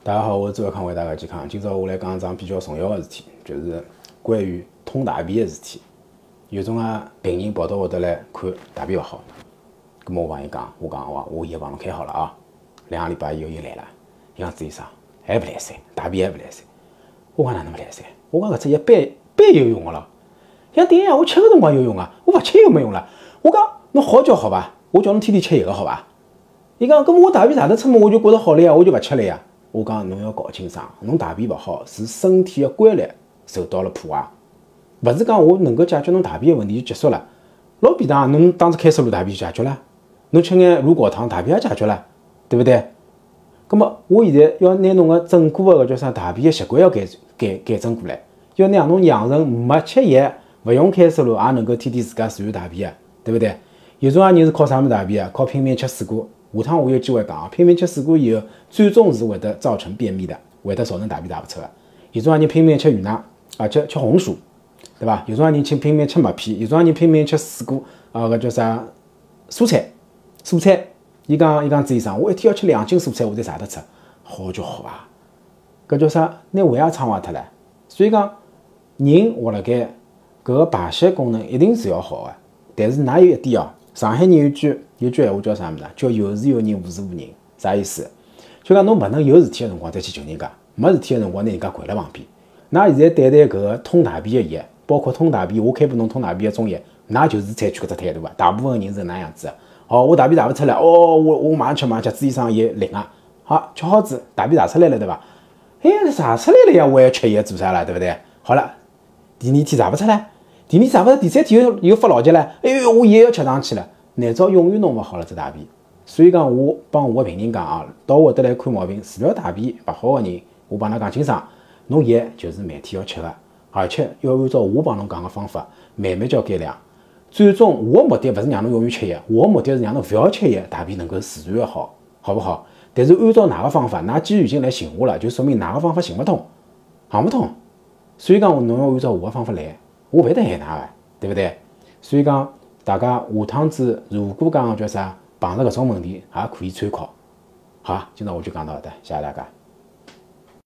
大家好，我是周小康，为大家健康。今朝我来讲一桩比较重要的事体，就是关于通大便的事体。有种病人跑到我这来看大便勿好，咁么我帮伊讲，我药帮侬开好了啊。2个礼拜以后又来了，伊讲朱医生还勿来三，大便还勿来三。我讲哪能勿来三？我讲搿只药半有用个咯。伊讲对呀，我吃个辰光有用啊，我勿吃又没用了。我讲侬好叫好伐？我叫侬天天吃一个好伐？伊讲咁我大便查得出嘛，我就觉得好了呀，我就勿吃了呀。我讲侬要搞清爽，侬大便勿好是身体的规律受到了破坏，勿是讲我能够解决侬大便的问题就结束了。老便当，侬当时开塞露大便就解决了，侬吃眼乳膏汤大便也解决了，对不对？咁么我现在要拿侬个整个个叫啥大便的习惯要改正过来，要让侬养成没吃药、勿用开塞露也能够天天自家自然大便的，对不对？有种人是靠啥物事大便啊？靠拼命吃水果。下趟我有机会讲啊，拼命吃水果以后，最终是会得造成便秘的，会得造成大便大勿出的。有种人拼命吃鱼奶啊，吃红薯，对伐？有种人拼命吃麦片，有种人拼命吃水果啊，搿叫啥？蔬菜。伊讲朱医生，我一天要吃2斤蔬菜，我才查得出。好就好啊，搿叫啥？拿胃也撑坏脱了。所以讲，人活辣盖搿个排泄功能一定是要好的，但是哪有一点哦？上海人有句闲话叫啥物事？叫有事有人，无事无人。啥意思？就讲侬勿能有事体的辰光再去求人家，没事体的辰光拿人家掼辣旁边。㑚现在对待搿个通大便的药，包括通大便，我开拨侬通大便的中药，㑚就是采取搿只态度啊。大部分人是搿能样子的。哦，我大便大勿出来，我马上吃，朱医生也灵啊。好，吃好子，大便查出来了，对伐？查出来了呀，我还要吃药做啥啦？对不对？好了，第2天查勿出来。第2天查勿出，第3天又发牢急了。我药要吃上去了，难早永远弄勿好了只大便。所以讲，我帮我的病人讲啊，到我这来看毛病，除了大便勿好的人，我帮㑚讲清爽，侬药就是每天要吃的，而且要按照我帮侬讲的方法，慢慢叫改良。最终，我的目的勿是让侬永远吃药，我的目的是让侬勿要吃药，大便能够自然的好，好不好？但是按照㑚个方法，㑚既然已经来寻我了，就说明㑚个方法行勿通，行勿通。所以讲，侬要按照我的方法来。我勿会得害㑚个，对不对？所以讲，大家下趟子如果讲叫啥碰着搿种问题，也可以参考。好，今朝我就讲到搿搭，谢谢大家。